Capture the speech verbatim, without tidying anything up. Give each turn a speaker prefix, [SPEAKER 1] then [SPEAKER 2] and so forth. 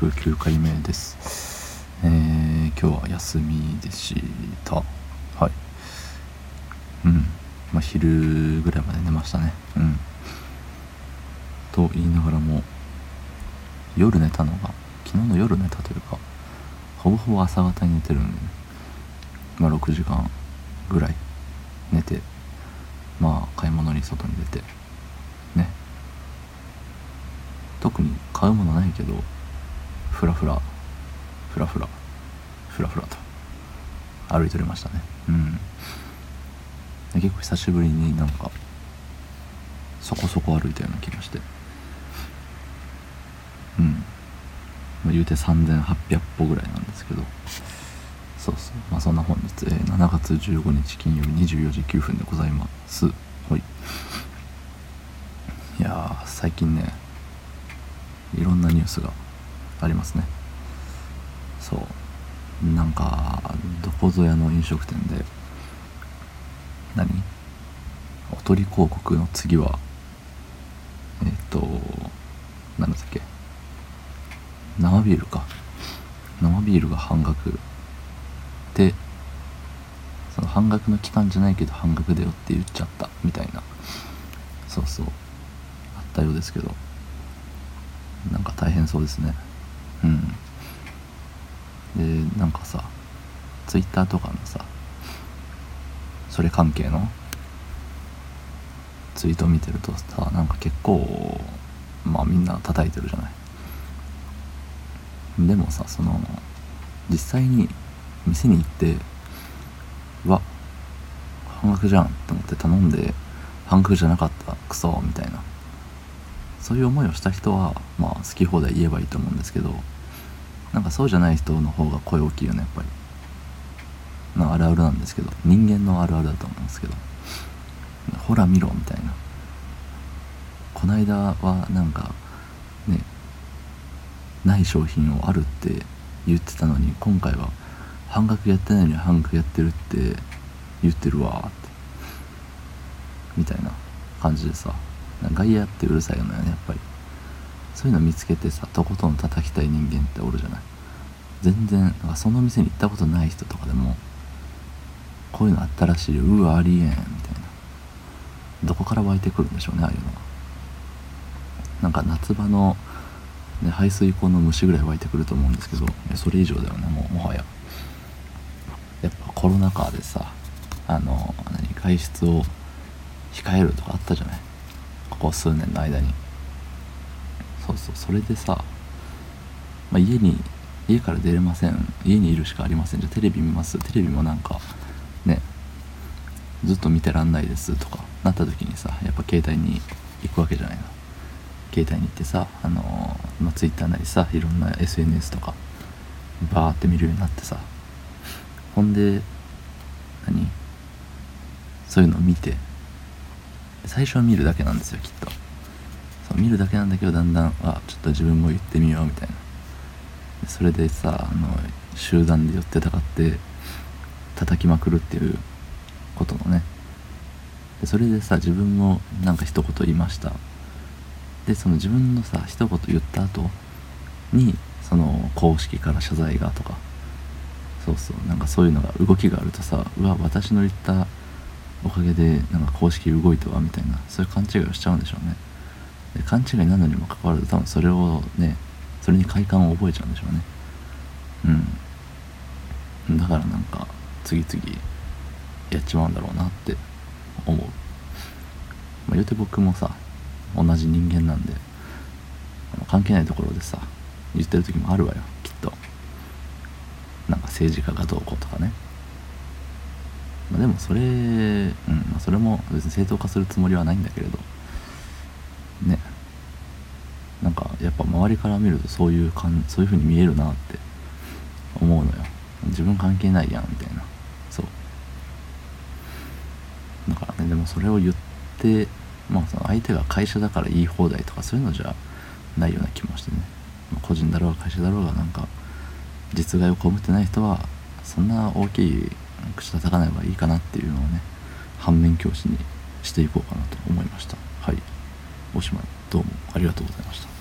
[SPEAKER 1] くきゅうかいめです。えー、今日は休みでした。はい。うん。まあ昼ぐらいまで寝ましたね。うん。と言いながらも、夜寝たのが、昨日の夜寝たというか、ほぼほぼ朝方に寝てるんで、まあろくじかんぐらい寝て、まあ買い物に外に出て、ね。特に買うものないけど、ふらふら、ふらふら、ふらふらと歩いておりましたね。うん。結構久しぶりになんかそこそこ歩いたような気がして、うん、まあ、言うてさんぜんはっぴゃくぽぐらいなんですけど、そうそう、まあそんな本日、えー、しちがつじゅうごにち金曜日にじゅうよじきゅうふんでございます。はい。いやー、最近ね、いろんなニュースがありますね。そう、なんかどこぞやの飲食店で、何おとり広告の次はえっとなんだっけ、生ビールか生ビールが半額で、その半額の期間じゃないけど半額だよって言っちゃったみたいな、そうそう、あったようですけど、なんか大変そうですね。うんで、なんかさ、ツイッターとかのさ、それ関係のツイート見てるとさ、なんか結構まあみんな叩いてるじゃない。でもさ、その実際に店に行ってうわ半額じゃんって思って頼んで、半額じゃなかったクソみたいな、そういう思いをした人はまあ好き放題言えばいいと思うんですけど、なんかそうじゃない人の方が声大きいよね、やっぱり。まああるあるなんですけど、人間のあるあるだと思うんですけど、ほら見ろみたいな、こないだはなんかね、ない商品をあるって言ってたのに、今回は半額やってないのに半額やってるって言ってるわーってみたいな感じでさ、外野ってうるさいよね、やっぱり。そういうの見つけてさ、とことん叩きたい人間っておるじゃない。全然なんかその店に行ったことない人とかでも、こういうのあったらしいよ、うわありえんみたいな、どこから湧いてくるんでしょうね、ああいうのは。なんか夏場の、ね、排水口の虫ぐらい湧いてくると思うんですけど、それ以上だよね、もうもはや。やっぱコロナ禍でさ、あの何外出を控えるとかあったじゃない、ここ数年の間に。そうそう、それでさ、まあ、家に家から出れません、家にいるしかありません、じゃあテレビ見ます、テレビもなんかね、ずっと見てらんないですとかなった時にさ、やっぱ携帯に行くわけじゃないの。携帯に行ってさ、あのー、まあ、Twitter なりさ、いろんな エスエヌエス とかバーって見るようになってさ、ほんで何そういうのを見て、最初は見るだけなんですよ、きっと。そう見るだけなんだけど、だんだんあちょっと自分も言ってみようみたいな。それでさ、あの集団で寄ってたかって叩きまくるっていうことのね。でそれでさ、自分もなんか一言言いました。でその自分のさ一言言った後に、その公式から謝罪がとか、そうそう、なんかそういうのが動きがあるとさ、うわ私の言ったおかげでなんか公式動いたわみたいな、そういう勘違いをしちゃうんでしょうね。で勘違いなのにもかかわらず、多分それをね、それに快感を覚えちゃうんでしょうね。うんだからなんか次々やっちまうんだろうなって思う。まあ、言うて僕もさ同じ人間なんで、関係ないところでさ言ってる時もあるわよ、きっと。なんか政治家がどうこうとかね。まあ、でもそれ、うんまあ、それも別に正当化するつもりはないんだけれどね。なんかやっぱ周りから見るとそういうかんそういう風に見えるなって思うのよ。自分関係ないやんみたいな。そうだからね。でもそれを言って、まあその相手が会社だから言い放題とかそういうのじゃないような気もしてね。個人だろうが会社だろうが、なんか実害を被ってない人はそんな大きい口叩かない方がいいかなっていうのをね、反面教師にしていこうかなと思いました。はい、おしまい。どうもありがとうございました。